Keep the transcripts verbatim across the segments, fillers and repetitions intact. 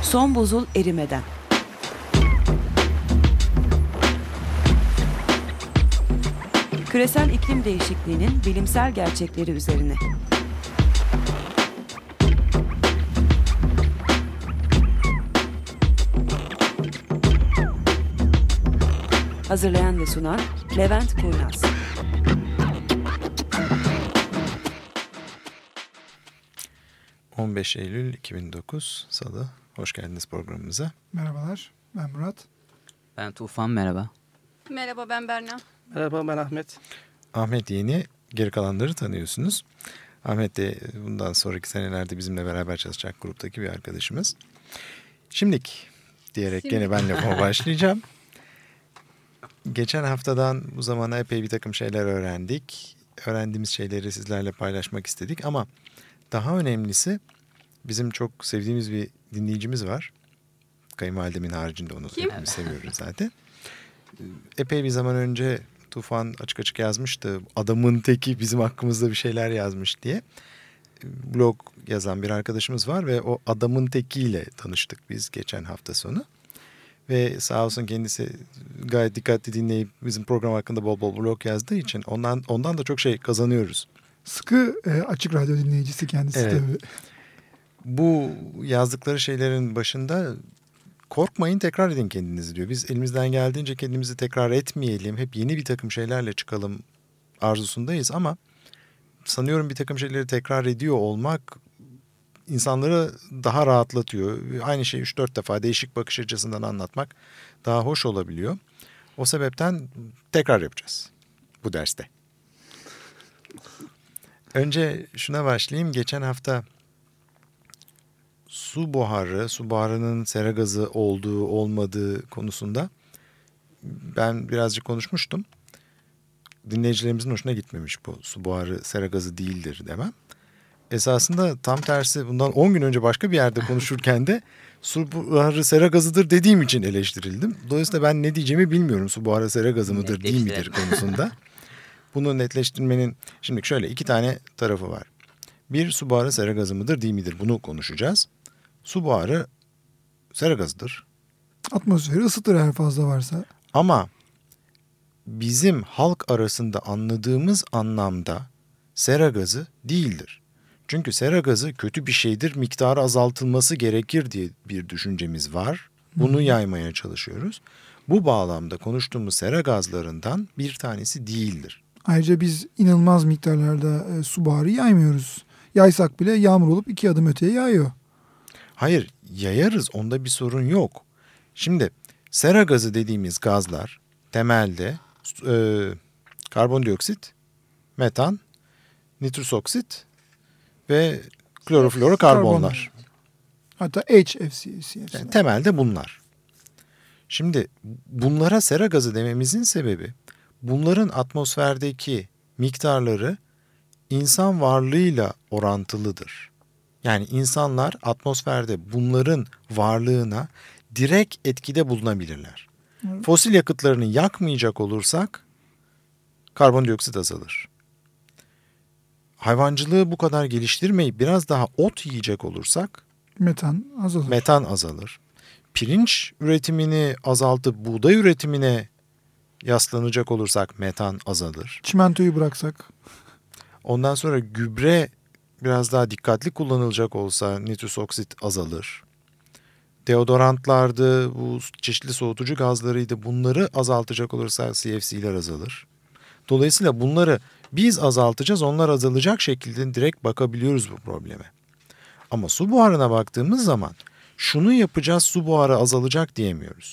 Son buzul erimeden. Küresel iklim değişikliğinin bilimsel gerçekleri üzerine. Hazırlayan ve sunan Levent Kurnaz. on beş Eylül iki bin dokuz Salı. Hoş geldiniz programımıza. Merhabalar, ben Murat. Ben Tufan, merhaba. Merhaba, ben Berna. Merhaba, ben Ahmet. Ahmet yeni, geri kalanları tanıyorsunuz. Ahmet de bundan sonraki senelerde bizimle beraber çalışacak gruptaki bir arkadaşımız. Şimdilik diyerek Şimdi. gene ben lafıma başlayacağım. Geçen haftadan bu zamana epey bir takım şeyler öğrendik. Öğrendiğimiz şeyleri sizlerle paylaşmak istedik ama daha önemlisi bizim çok sevdiğimiz bir dinleyicimiz var. Kayınvalidemin haricinde onu Kim? hepimiz seviyoruz zaten. Epey bir zaman önce Tufan açık açık yazmıştı. Adamın teki bizim hakkımızda bir şeyler yazmış diye. Blog yazan bir arkadaşımız var ve o adamın tekiyle tanıştık biz geçen hafta sonu. Ve sağ olsun kendisi gayet dikkatli dinleyip bizim program hakkında bol bol blog yazdığı için ondan ondan da çok şey kazanıyoruz. Sıkı e, Açık Radyo dinleyicisi kendisi Evet. tabii. Bu yazdıkları şeylerin başında korkmayın, tekrar edin kendinizi diyor. Biz elimizden geldiğince kendimizi tekrar etmeyelim. Hep yeni bir takım şeylerle çıkalım arzusundayız ama sanıyorum bir takım şeyleri tekrar ediyor olmak insanları daha rahatlatıyor. Aynı şeyi üç dört defa değişik bakış açısından anlatmak daha hoş olabiliyor. O sebepten tekrar yapacağız bu derste. Önce şuna başlayayım. Geçen hafta su buharı, su buharının sera gazı olduğu olmadığı konusunda ben birazcık konuşmuştum. Dinleyicilerimizin hoşuna gitmemiş bu. Su buharı sera gazı değildir demem. Esasında tam tersi, bundan on gün önce başka bir yerde konuşurken de su buharı sera gazıdır dediğim için eleştirildim. Dolayısıyla ben ne diyeceğimi bilmiyorum, su buharı sera gazı mıdır değil midir konusunda. Bunu netleştirmenin şimdi şöyle iki tane tarafı var. Bir, su buharı sera gazı mıdır değil midir, bunu konuşacağız. Su buharı sera gazıdır. Atmosferi ısıtır eğer fazla varsa. Ama bizim halk arasında anladığımız anlamda sera gazı değildir. Çünkü sera gazı kötü bir şeydir, miktarı azaltılması gerekir diye bir düşüncemiz var. Bunu hmm. yaymaya çalışıyoruz. Bu bağlamda konuştuğumuz sera gazlarından bir tanesi değildir. Ayrıca biz inanılmaz miktarlarda e, su buharı yaymıyoruz. Yaysak bile yağmur olup iki adım öteye yağıyor. Hayır, yayarız, onda bir sorun yok. Şimdi sera gazı dediğimiz gazlar temelde e, karbondioksit, metan, nitrous oksit ve kloroflorokarbonlar. Hatta H F C. Yani temelde bunlar. Şimdi bunlara sera gazı dememizin sebebi bunların atmosferdeki miktarları insan varlığıyla orantılıdır. Yani insanlar atmosferde bunların varlığına direkt etkide bulunabilirler. Evet. Fosil yakıtlarını yakmayacak olursak karbondioksit azalır. Hayvancılığı bu kadar geliştirmeyip biraz daha ot yiyecek olursak metan azalır. Metan azalır. Pirinç üretimini azaltıp buğday üretimine yaslanacak olursak metan azalır. Çimentoyu bıraksak. Ondan sonra gübre biraz daha dikkatli kullanılacak olsa nitrous oksit azalır. Deodorantlardı, bu çeşitli soğutucu gazlarıydı, bunları azaltacak olursa C F C'ler azalır. Dolayısıyla bunları biz azaltacağız, onlar azalacak şekilde direkt bakabiliyoruz bu probleme. Ama su buharına baktığımız zaman şunu yapacağız, su buharı azalacak diyemiyoruz.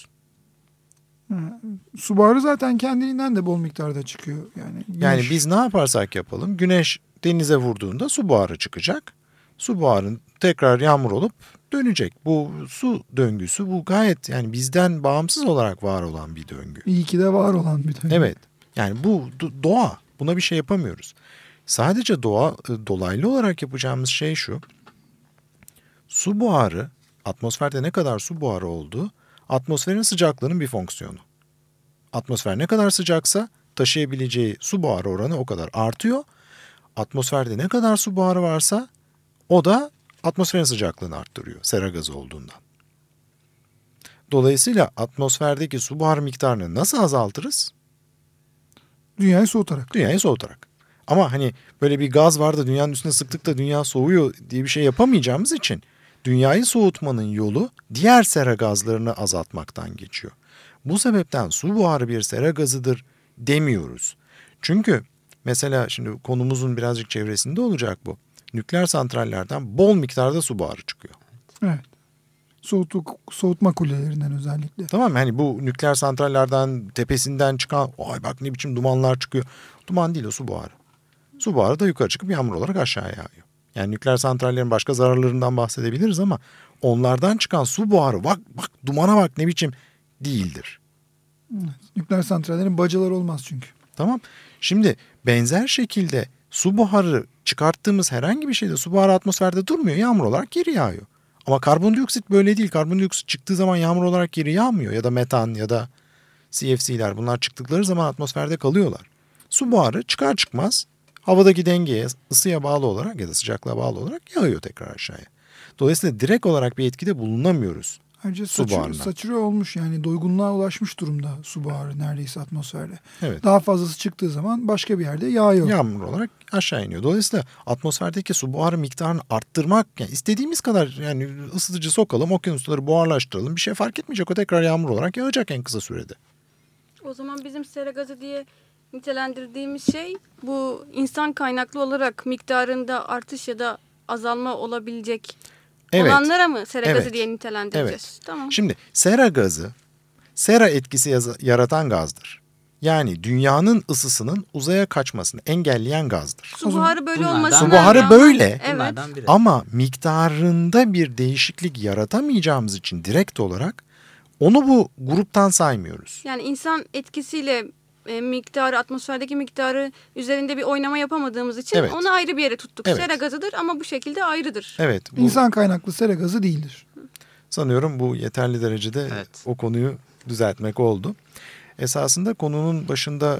Ha, su buharı zaten kendiliğinden de bol miktarda çıkıyor. Yani, güneş... yani biz ne yaparsak yapalım, güneş denize vurduğunda su buharı çıkacak. Su buharın tekrar yağmur olup dönecek. Bu su döngüsü, bu gayet yani bizden bağımsız olarak var olan bir döngü. İyi ki de var olan bir döngü. Evet, yani bu doğa, buna bir şey yapamıyoruz. Sadece doğa, dolaylı olarak yapacağımız şey şu: su buharı, atmosferde ne kadar su buharı olduğu atmosferin sıcaklığının bir fonksiyonu. Atmosfer ne kadar sıcaksa taşıyabileceği su buharı oranı o kadar artıyor. Atmosferde ne kadar su buharı varsa o da atmosferin sıcaklığını arttırıyor sera gazı olduğundan. Dolayısıyla atmosferdeki su buharı miktarını nasıl azaltırız? Dünyayı soğutarak. Dünyayı soğutarak. Ama hani böyle bir gaz var da dünyanın üstüne sıktık da dünya soğuyor diye bir şey yapamayacağımız için dünyayı soğutmanın yolu diğer sera gazlarını azaltmaktan geçiyor. Bu sebepten su buharı bir sera gazıdır demiyoruz. Çünkü mesela şimdi konumuzun birazcık çevresinde olacak bu. Nükleer santrallerden bol miktarda su buharı çıkıyor. Evet. Soğutuk, soğutma kulelerinden özellikle. Tamam mı? Hani bu nükleer santrallerden tepesinden çıkan ay bak ne biçim dumanlar çıkıyor. Duman değil o su buharı. Su buharı da yukarı çıkıp yağmur olarak aşağıya yağıyor. Yani nükleer santrallerin başka zararlarından bahsedebiliriz ama onlardan çıkan su buharı bak bak dumana bak ne biçim değildir. Evet. Nükleer santrallerin bacaları olmaz çünkü. Tamam. Şimdi benzer şekilde su buharı çıkarttığımız herhangi bir şeyde su buharı atmosferde durmuyor. Yağmur olarak geri yağıyor. Ama karbondioksit böyle değil. Karbondioksit çıktığı zaman yağmur olarak geri yağmıyor. Ya da metan ya da C F C'ler bunlar çıktıkları zaman atmosferde kalıyorlar. Su buharı çıkar çıkmaz havadaki dengeye, ısıya bağlı olarak ya da sıcaklığa bağlı olarak yağıyor tekrar aşağıya. Dolayısıyla direkt olarak bir etkide bulunamıyoruz. Ayrıca Su saçı, buharına. saçüre olmuş yani doygunluğa ulaşmış durumda su buharı neredeyse atmosferde. Evet. Daha fazlası çıktığı zaman başka bir yerde yağıyor. Yağmur olarak aşağı iniyor. Dolayısıyla atmosferdeki su buharı miktarını arttırmak, yani istediğimiz kadar yani ısıtıcı sokalım, okyanusları buharlaştıralım bir şey fark etmeyecek. O tekrar yağmur olarak yağacak en kısa sürede. O zaman bizim sera gazı diye nitelendirdiğimiz şey bu insan kaynaklı olarak miktarında artış ya da azalma olabilecek Evet. olanlara mı sera Evet. gazı diye nitelendireceğiz? Evet. Tamam. Şimdi sera gazı sera etkisi yaz- yaratan gazdır. Yani dünyanın ısısının uzaya kaçmasını engelleyen gazdır. Su buharı böyle Bunlardan- olmasına Su buharı rağmen- böyle. Evet. Bunlardan biri. Ama miktarında bir değişiklik yaratamayacağımız için direkt olarak onu bu gruptan saymıyoruz. Yani insan etkisiyle e, miktarı, atmosferdeki miktarı üzerinde bir oynama yapamadığımız için Evet. onu ayrı bir yere tuttuk. Evet. Sera gazıdır ama bu şekilde ayrıdır. Evet. Bu, İnsan kaynaklı sera gazı değildir. sanıyorum bu yeterli derecede Evet. o konuyu düzeltmek oldu. Esasında konunun başında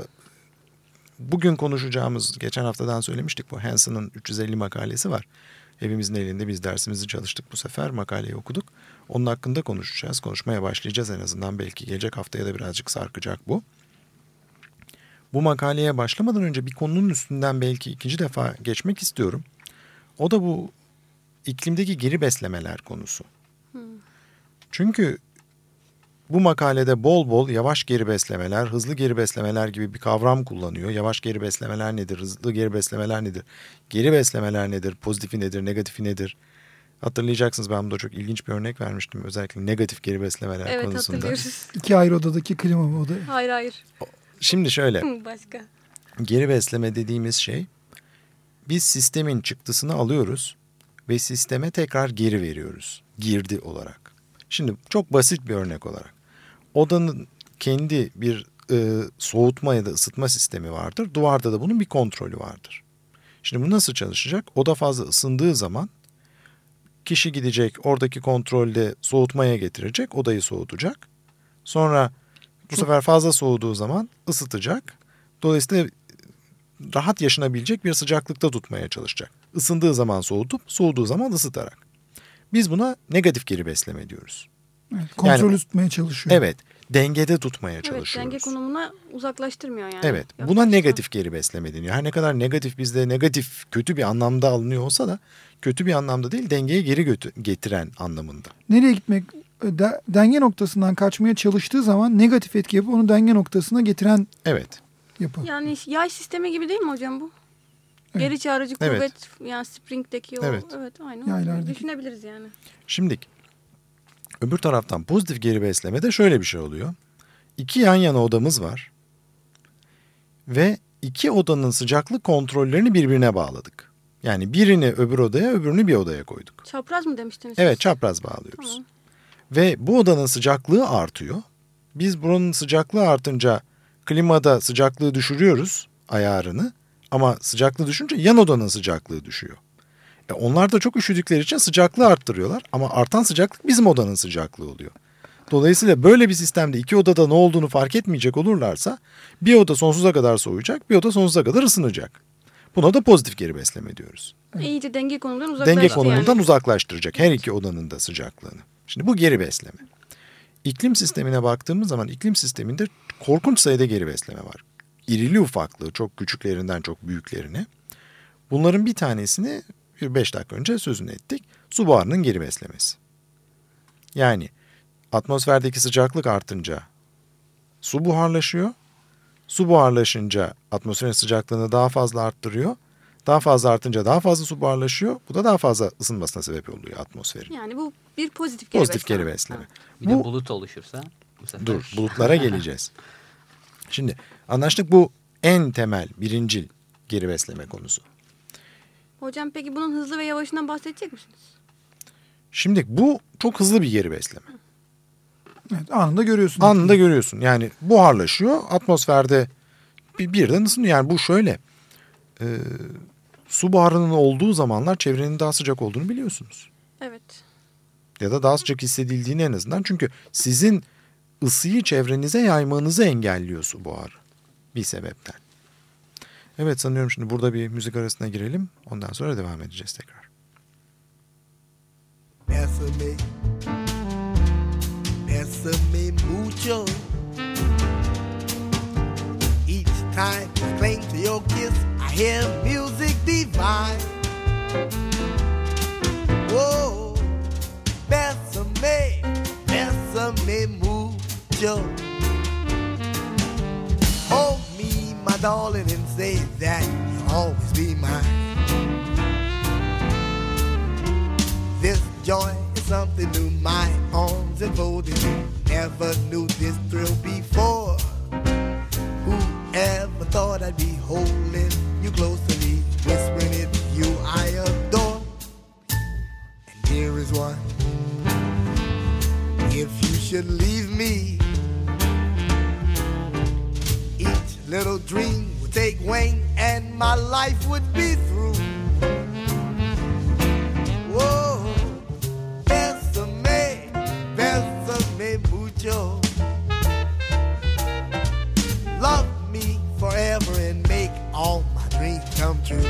bugün konuşacağımız, geçen haftadan söylemiştik, bu Hansen'ın üç yüz elli makalesi var. Evimizin elinde biz dersimizi çalıştık bu sefer, makaleyi okuduk. Onun hakkında konuşacağız, konuşmaya başlayacağız en azından. Belki gelecek haftaya da birazcık sarkacak bu. Bu makaleye başlamadan önce bir konunun üstünden belki ikinci defa geçmek istiyorum. O da bu iklimdeki geri beslemeler konusu. Çünkü bu makalede bol bol yavaş geri beslemeler, hızlı geri beslemeler gibi bir kavram kullanıyor. Yavaş geri beslemeler nedir, hızlı geri beslemeler nedir, geri beslemeler nedir, pozitifi nedir, negatifi nedir? Hatırlayacaksınız, ben burada çok ilginç bir örnek vermiştim. Özellikle negatif geri beslemeler Evet, konusunda. hatırlıyoruz. İki ayrı odadaki klima oda. Hayır hayır. Şimdi şöyle, Başka. geri besleme dediğimiz şey, biz sistemin çıktısını alıyoruz ve sisteme tekrar geri veriyoruz girdi olarak. Şimdi çok basit bir örnek olarak, odanın kendi bir e, soğutma ya da ısıtma sistemi vardır. Duvarda da bunun bir kontrolü vardır. Şimdi bu nasıl çalışacak? Oda fazla ısındığı zaman kişi gidecek, oradaki kontrolde soğutmaya getirecek, odayı soğutacak. Sonra bu sefer fazla soğuduğu zaman ısıtacak. Dolayısıyla rahat yaşanabilecek bir sıcaklıkta tutmaya çalışacak. Isındığı zaman soğutup, soğuduğu zaman ısıtarak. Biz buna negatif geri besleme diyoruz. Evet, kontrolü Yani- tutmaya çalışıyor. Evet, dengede tutmaya Evet, çalışıyoruz. denge konumuna uzaklaştırmıyor yani. Evet, buna Yaklaştırıyor. negatif geri besleme deniyor. Her ne kadar negatif bizde negatif kötü bir anlamda alınıyor olsa da kötü bir anlamda değil, dengeye geri götü- getiren anlamında. Nereye gitmek de- denge noktasından kaçmaya çalıştığı zaman negatif etki yapıp onu denge noktasına getiren Evet, yapı. Yani yay sistemi gibi değil mi hocam bu? Evet. Geri çağırıcı Evet. kuvvet, yani spring'deki o. Evet. Evet, aynı. Yaylardaki. Düşünebiliriz yani. şimdi öbür taraftan pozitif geri beslemede şöyle bir şey oluyor. İki yan yana odamız var ve iki odanın sıcaklık kontrollerini birbirine bağladık. Yani birini öbür odaya, öbürünü bir odaya koyduk. Çapraz mı demiştiniz? Evet, çapraz bağlıyoruz. Tamam. Ve bu odanın sıcaklığı artıyor. Biz buranın sıcaklığı artınca klimada sıcaklığı düşürüyoruz, ayarını. Ama sıcaklığı düşünce yan odanın sıcaklığı düşüyor. E onlar da çok üşüdükleri için sıcaklığı arttırıyorlar. Ama artan sıcaklık bizim odanın sıcaklığı oluyor. Dolayısıyla böyle bir sistemde iki odada ne olduğunu fark etmeyecek olurlarsa bir oda sonsuza kadar soğuyacak, bir oda sonsuza kadar ısınacak. Buna da pozitif geri besleme diyoruz. İyice denge konumundan uzaklaştı Denge konumundan yani. uzaklaştıracak her iki odanın da sıcaklığını. Şimdi bu geri besleme. iklim sistemine baktığımız zaman iklim sisteminde korkunç sayıda geri besleme var. İrili ufaklı, çok küçüklerinden çok büyüklerine. Bunların bir tanesini bir beş dakika önce sözünü ettik. Su buharının geri beslemesi. Yani atmosferdeki sıcaklık artınca su buharlaşıyor. Su buharlaşınca atmosferin sıcaklığını daha fazla arttırıyor. Daha fazla artınca daha fazla su buharlaşıyor. Bu da daha fazla ısınmasına sebep oluyor atmosferin. Yani bu bir pozitif geri Pozitif besleme. geri besleme. Ha. Bir Bu, de bulut oluşursa bu sefer... dur, bulutlara geleceğiz. Şimdi anlaştık, bu en temel, birincil geri besleme konusu. Hocam peki bunun hızlı ve yavaşından bahsedecek misiniz? Şimdi bu çok hızlı bir geri besleme. Evet, anında görüyorsun. Anında görüyorsun. Yani buharlaşıyor, atmosferde bir, birden ısınıyor. Yani bu şöyle, e, su buharının olduğu zamanlar çevrenin daha sıcak olduğunu biliyorsunuz. Evet. Ya da daha sıcak hissedildiğini en azından. Çünkü sizin ısıyı çevrenize yaymanızı engelliyor su buharı bir sebepten. Evet, sanıyorum şimdi burada bir müzik arasına girelim. Ondan sonra devam edeceğiz tekrar. Bésame, bésame mucho. Each time I cling to your kiss, I hear music divine. Whoa, bésame, bésame mucho. Hold me, my darling, and say that you'll always be mine. This joy is something new, my arms enfolding you. Never knew this thrill before. Whoever thought I'd be holding you close to me, whispering it to you I adore. And here is one. If you should leave me, each little dream would take wing and my life would be through. Whoa, bésame, bésame mucho. Love me forever and make all my dreams come true.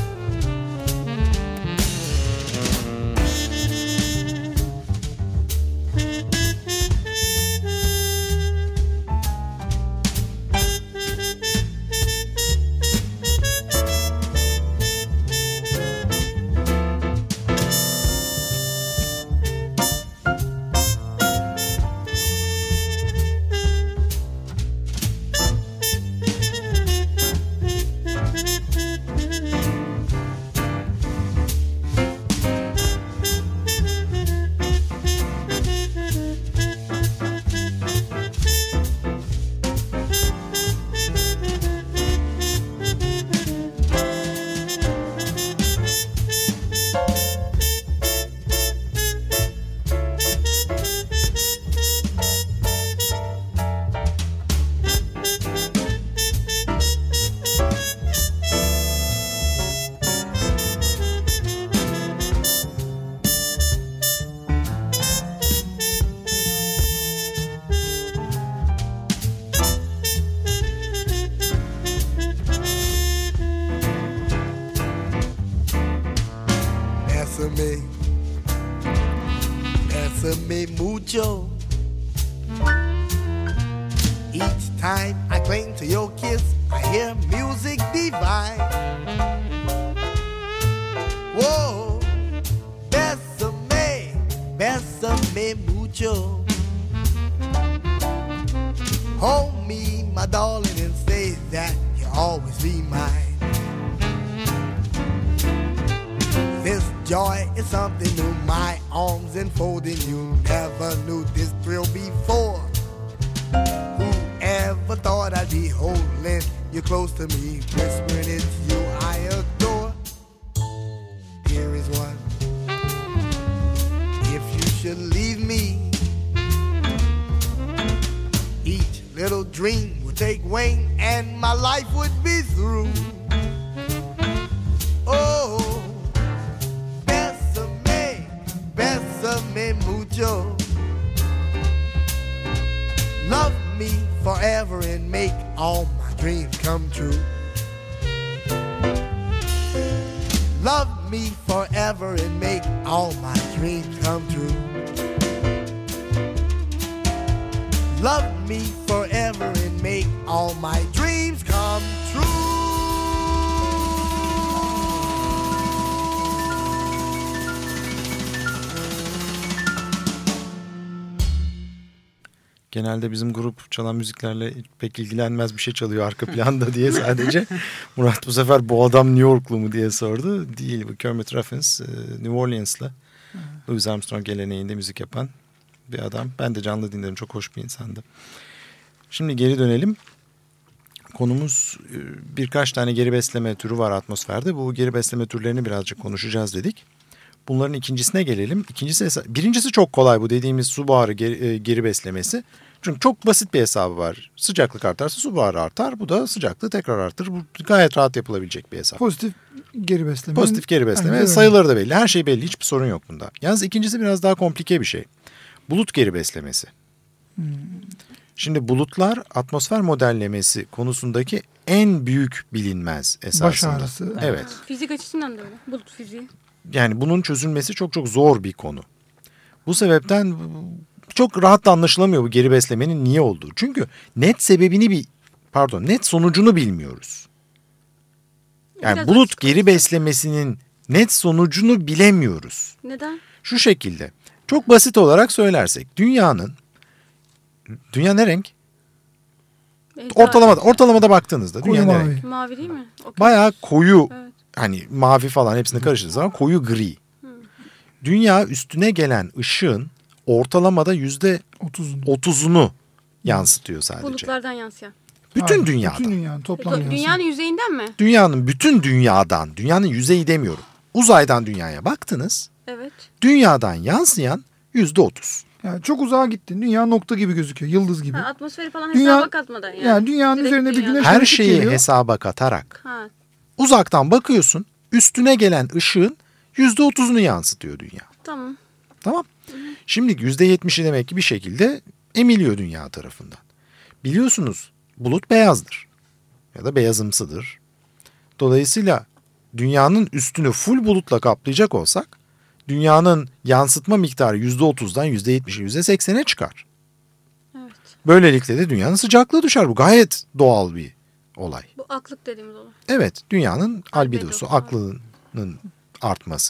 Bésame, bésame mucho. Each time I cling to your kiss, I hear music divine. Whoa, bésame, bésame mucho. Hold me, my darling, and say that you'll always be mine. This joy is something new, my arms enfolding you. Never knew this thrill before. Whoever thought I'd be holding you close to me, whispering it to you I adore. Here is one. If you should leave me, each little dream would take wing and my life would be through. Oh, bésame mucho. Love me forever and make all my dreams come true. Love me forever and make all my dreams come true. love me forever and make all my dreams come true. Genelde bizim grup çalan müziklerle pek ilgilenmez, bir şey çalıyor arka planda diye sadece. Murat bu sefer bu adam New Yorklu mu diye sordu. Değil, bu Kermit Ruffins, New Orleans'lı. Louis Armstrong geleneğinde müzik yapan bir adam. Ben de canlı dinlerim, çok hoş bir insandı. Şimdi geri dönelim. Konumuz, birkaç tane geri besleme türü var atmosferde. Bu geri besleme türlerini birazcık konuşacağız dedik. Bunların ikincisine gelelim. İkincisi, birincisi çok kolay, bu dediğimiz su buharı geri, geri beslemesi. Çünkü çok basit bir hesabı var. Sıcaklık artarsa su buharı artar. Bu da sıcaklığı tekrar artır. Bu gayet rahat yapılabilecek bir hesap. Pozitif geri besleme. Pozitif geri besleme. Yani, sayıları da belli. Her şey belli. Hiçbir sorun yok bunda. Yalnız ikincisi biraz daha komplike bir şey. Bulut geri beslemesi. Hmm. Şimdi bulutlar atmosfer modellemesi konusundaki en büyük bilinmez esasında. Baş ağrısı. Evet. Fizik açısından da öyle. Bulut fiziği. Yani bunun çözülmesi çok çok zor bir konu. Bu sebepten çok rahat da anlaşılamıyor bu geri beslemenin niye olduğu. Çünkü net sebebini bir pardon net sonucunu bilmiyoruz. Yani Biraz bulut açık geri olacak. beslemesinin net sonucunu bilemiyoruz. Neden? Şu şekilde. Çok basit olarak söylersek dünyanın dünya ne renk? Eczacı. Ortalamada ortalamada baktığınızda Koyu dünya ne mavi. renk? Mavi değil mi? Okay. Bayağı koyu, Evet. hani mavi falan hepsini karıştırdığı zaman koyu gri. Dünya üstüne gelen ışığın ortalamada yüzde otuzun. otuzunu yansıtıyor sadece. Bulutlardan yansıyan. Bütün Hayır, dünyada. Bütün dünyanın toplam yansıması. Dünyanın yüzeyinden mi? Dünyanın bütün dünyadan, dünyanın yüzeyi demiyorum. Uzaydan dünyaya baktınız, Evet. dünyadan yansıyan yüzde otuz. Yani çok uzağa gittin. Dünya nokta gibi gözüküyor. Yıldız gibi. Ha, atmosferi falan Dünya- hesaba katmadan yani. Yani dünyanın Direkt üzerine bir dünyadan. güneş Her ışık şeyi geliyor. hesaba katarak Ha, uzaktan bakıyorsun, üstüne gelen ışığın yüzde otuzunu yansıtıyor dünya. tamam. Tamam. Şimdi yüzde yetmişi demek ki bir şekilde emiliyor dünya tarafından. Biliyorsunuz bulut beyazdır ya da beyazımsıdır. Dolayısıyla dünyanın üstünü full bulutla kaplayacak olsak dünyanın yansıtma miktarı yüzde otuzdan yüzde yetmişe yüzde seksene çıkar. Evet. Böylelikle de dünyanın sıcaklığı düşer. Bu gayet doğal bir olay. Bu aklık dediğimiz olay. Evet, dünyanın albedosu, Albedosu. aklının artması.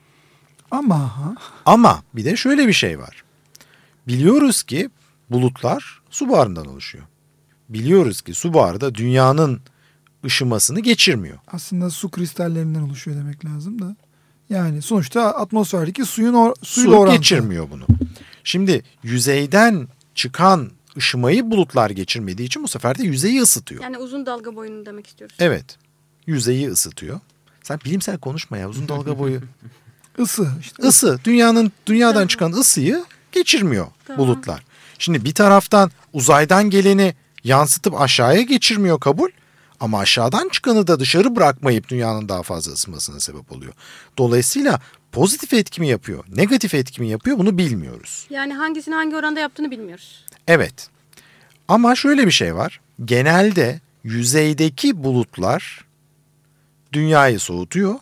Ama ha, Ama bir de şöyle bir şey var. Biliyoruz ki bulutlar su buharından oluşuyor. Biliyoruz ki su buharı da dünyanın ışımasını geçirmiyor. aslında su kristallerinden oluşuyor demek lazım da. Yani sonuçta atmosferdeki suyun or suyla Su orantılı. geçirmiyor bunu. Şimdi yüzeyden çıkan ışımayı bulutlar geçirmediği için bu sefer de yüzeyi ısıtıyor. Yani uzun dalga boyunu demek istiyoruz. Evet, yüzeyi ısıtıyor. Sen bilimsel konuşma ya, uzun dalga boyu. Isı işte. Isı, dünyanın dünyadan çıkan ısıyı geçirmiyor Tamam. bulutlar. Şimdi bir taraftan uzaydan geleni yansıtıp aşağıya geçirmiyor, kabul. Ama aşağıdan çıkanı da dışarı bırakmayıp dünyanın daha fazla ısınmasına sebep oluyor. Dolayısıyla pozitif etki mi yapıyor, negatif etki mi yapıyor, bunu bilmiyoruz. Yani hangisini hangi oranda yaptığını bilmiyoruz. Evet. Ama şöyle bir şey var. Genelde yüzeydeki bulutlar dünyayı soğutuyor.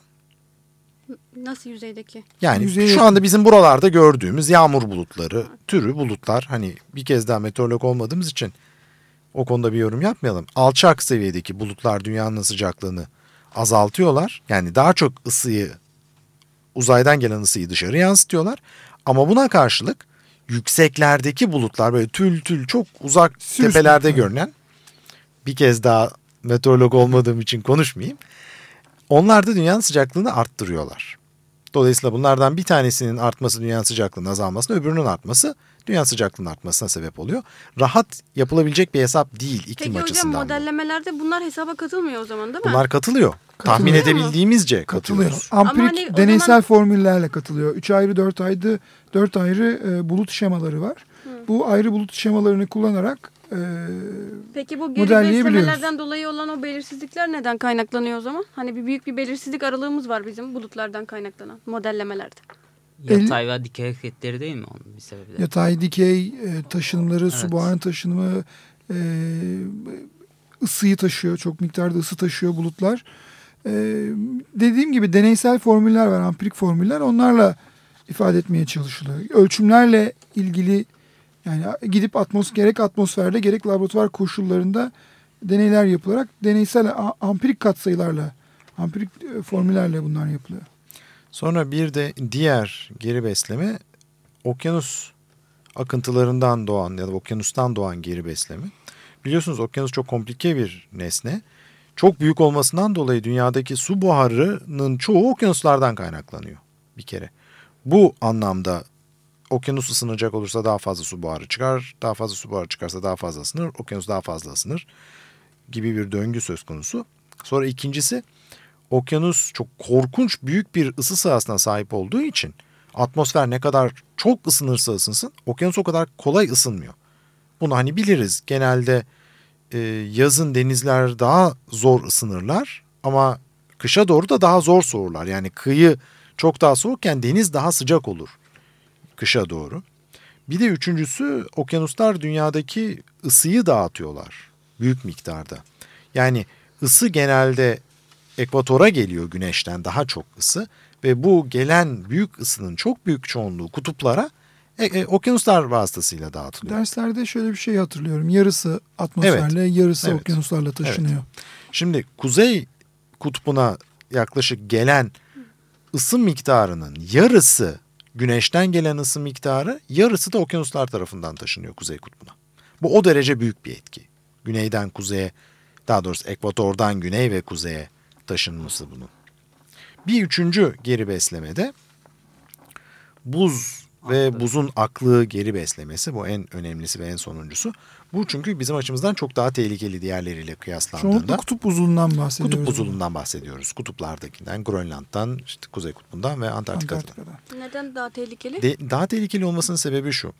Nasıl yüzeydeki? Yani Yüzeye şu yakın. anda bizim buralarda gördüğümüz yağmur bulutları türü bulutlar, hani bir kez daha meteorolog olmadığımız için o konuda bir yorum yapmayalım. Alçak seviyedeki bulutlar dünyanın sıcaklığını azaltıyorlar. Yani daha çok ısıyı, uzaydan gelen ısıyı dışarı yansıtıyorlar. Ama buna karşılık yükseklerdeki bulutlar, böyle tül tül çok uzak Sürüs tepelerde bulutlar. görünen, bir kez daha meteorolog olmadığım için konuşmayayım. Onlar da dünyanın sıcaklığını arttırıyorlar. Dolayısıyla bunlardan bir tanesinin artması dünyanın sıcaklığının azalmasına, öbürünün artması dünyanın sıcaklığının artmasına sebep oluyor. Rahat yapılabilecek bir hesap değil iklim Peki hocam açısından. bu. modellemelerde bunlar hesaba katılmıyor o zaman değil mi? Bunlar katılıyor. Tahmin Katılıyor. edebildiğimizce Katılıyor. katılıyoruz. Ampirik hani o deneysel zaman- formüllerle katılıyor. Üç ayrı dört ayrı dört ayrı e, bulut şemaları var. Bu ayrı bulut şemalarını kullanarak e, Peki bu geri modelleyebiliyoruz. beslemelerden dolayı olan o belirsizlikler neden kaynaklanıyor o zaman? Hani bir büyük bir belirsizlik aralığımız var bizim bulutlardan kaynaklanan modellemelerde. Yatay ve dikey hareketleri değil mi onun bir sebebi de? yatay dikey e, taşınımları, su Evet. buharının taşınımı, e, ısıyı taşıyor. Çok miktarda ısı taşıyor bulutlar. E, dediğim gibi deneysel formüller var, ampirik formüller. Onlarla ifade etmeye çalışılıyor. Ölçümlerle ilgili Yani gidip atmos gerek atmosferde gerek laboratuvar koşullarında deneyler yapılarak deneysel a- ampirik katsayılarla, ampirik e, formüllerle bunlar yapılıyor. Sonra bir de diğer geri besleme okyanus akıntılarından doğan ya da okyanustan doğan geri besleme. Biliyorsunuz okyanus çok komplike bir nesne. Çok büyük olmasından dolayı dünyadaki su buharının çoğu okyanuslardan kaynaklanıyor bir kere. Bu anlamda okyanus ısınacak olursa daha fazla su buharı çıkar. Daha fazla su buharı çıkarsa daha fazla ısınır. Okyanus daha fazla ısınır gibi bir döngü söz konusu. Sonra ikincisi okyanus çok korkunç büyük bir ısı sahasına sahip olduğu için atmosfer ne kadar çok ısınırsa ısınsın okyanus o kadar kolay ısınmıyor. Bunu hani biliriz. Genelde e, yazın denizler daha zor ısınırlar ama kışa doğru da daha zor soğurlar. Yani kıyı çok daha soğukken deniz daha sıcak olur kışa doğru. Bir de üçüncüsü okyanuslar dünyadaki ısıyı dağıtıyorlar büyük miktarda. Yani ısı genelde ekvatora geliyor güneşten daha çok ısı ve bu gelen büyük ısının çok büyük çoğunluğu kutuplara e, e, okyanuslar vasıtasıyla dağıtılıyor. Derslerde şöyle bir şey hatırlıyorum. Yarısı atmosferle, evet. yarısı evet. okyanuslarla taşınıyor. Evet. Şimdi kuzey kutbuna yaklaşık gelen ısı miktarının yarısı güneşten gelen ısı miktarı, yarısı da okyanuslar tarafından taşınıyor kuzey kutbuna. Bu o derece büyük bir etki. Güneyden kuzeye, daha doğrusu ekvatordan güney ve kuzeye taşınması bunun. Bir üçüncü geri beslemede buz ve buzun aklığı geri beslemesi. Bu en önemlisi ve en sonuncusu. Bu çünkü bizim açımızdan çok daha tehlikeli diğerleriyle kıyaslandığında. Çoğunlukla kutup buzulundan bahsediyoruz. Kutup buzulundan bahsediyoruz. Kutuplardakinden, Grönland'dan, işte Kuzey Kutbu'ndan ve Antarktika'dan. Antarktika'dan. Neden daha tehlikeli? De, daha tehlikeli olmasının sebebi şu.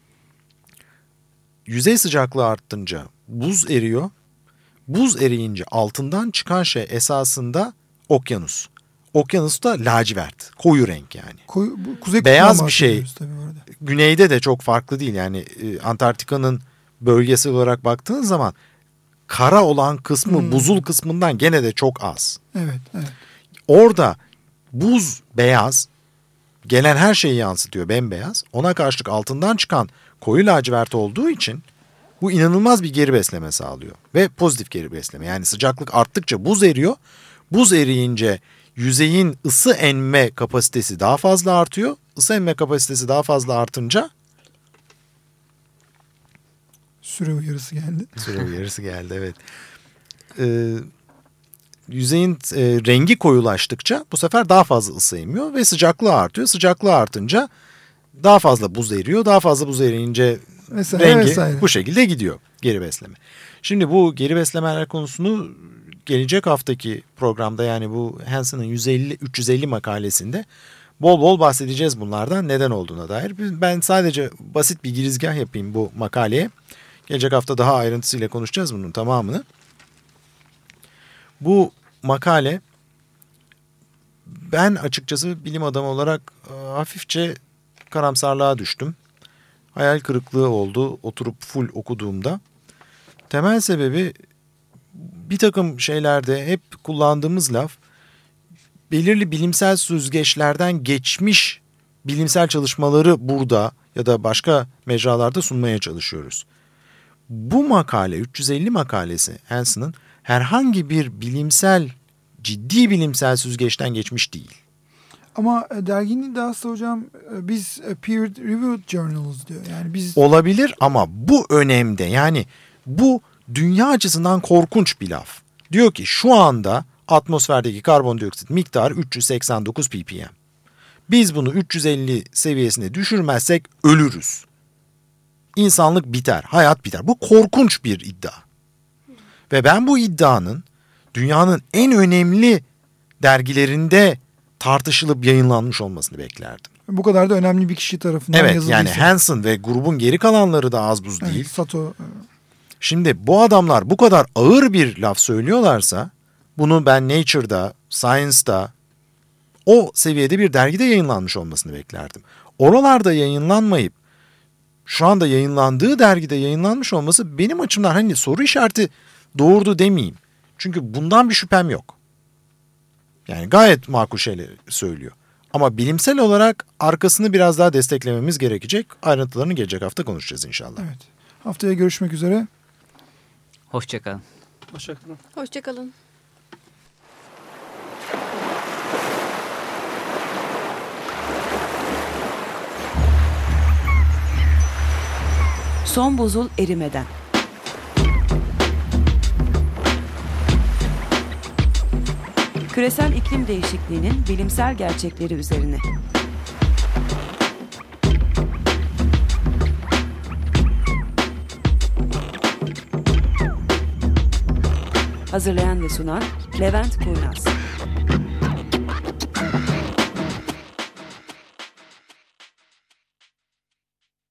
Yüzey sıcaklığı arttınca buz eriyor. Buz eriyince altından çıkan şey esasında okyanus. Okyanus da lacivert, koyu renk yani. Koyu, bu, Kuzey Beyaz bir şey. tabii bu arada. Güneyde de çok farklı değil. Yani e, Antarktika'nın bölgesi olarak baktığınız zaman kara olan kısmı hmm. buzul kısmından gene de çok az. Evet, evet. Orada buz beyaz, gelen her şeyi yansıtıyor bembeyaz. Ona karşılık altından çıkan koyu lacivert olduğu için bu inanılmaz bir geri besleme sağlıyor. Ve pozitif geri besleme. Yani sıcaklık arttıkça buz eriyor. Buz eriyince yüzeyin ısı emme kapasitesi daha fazla artıyor. Isı emme kapasitesi daha fazla artınca süre uyarısı geldi. Süre uyarısı geldi, evet. Ee, yüzeyin e, rengi koyulaştıkça bu sefer daha fazla ısı emiyor ve sıcaklığı artıyor. Sıcaklığı artınca daha fazla buz eriyor. Daha fazla buz eriyince vesaire, rengi vesaire. Bu şekilde gidiyor geri besleme. Şimdi bu geri beslemeler konusunu gelecek haftaki programda, yani bu Hansen'ın yüz elli üç yüz elli makalesinde bol bol bahsedeceğiz bunlardan, neden olduğuna dair. Ben sadece basit bir girizgah yapayım bu makaleye. Gelecek hafta daha ayrıntısıyla konuşacağız bunun tamamını. Bu makale, ben açıkçası bilim adamı olarak hafifçe karamsarlığa düştüm. Hayal kırıklığı oldu oturup full okuduğumda. Temel sebebi, bir takım şeylerde hep kullandığımız laf, belirli bilimsel süzgeçlerden geçmiş bilimsel çalışmaları burada ya da başka mecralarda sunmaya çalışıyoruz. Bu makale, üç yüz elli makalesi Hansen'ın herhangi bir bilimsel, ciddi bilimsel süzgeçten geçmiş değil. Ama derginin iddiası hocam, biz peer reviewed journals diyor. Yani biz olabilir ama bu önemde, yani bu dünya açısından korkunç bir laf. Diyor ki şu anda atmosferdeki karbondioksit miktarı üç yüz seksen dokuz ppm. Biz bunu üç yüz elli seviyesine düşürmezsek ölürüz. İnsanlık biter, hayat biter. Bu korkunç bir iddia. Ve ben bu iddianın dünyanın en önemli dergilerinde tartışılıp yayınlanmış olmasını beklerdim. Bu kadar da önemli bir kişi tarafından evet, yazıldıysa. Evet, yani Hansen ve grubun geri kalanları da az buz değil. Evet, Sato. Şimdi bu adamlar bu kadar ağır bir laf söylüyorlarsa, bunu ben Nature'da, Science'da, o seviyede bir dergide yayınlanmış olmasını beklerdim. Oralarda yayınlanmayıp şu anda yayınlandığı dergide yayınlanmış olması benim açımdan hani soru işareti doğurdu demeyeyim. Çünkü bundan bir şüphem yok. Yani gayet makul şeyler söylüyor. Ama bilimsel olarak arkasını biraz daha desteklememiz gerekecek. Ayrıntılarını gelecek hafta konuşacağız inşallah. Evet. Haftaya görüşmek üzere. Hoşçakalın. Hoşçakalın. Hoşçakalın. Son buzul erimeden. Küresel iklim değişikliğinin bilimsel gerçekleri üzerine. Hazırlayan ve sunan Levent Kurnaz.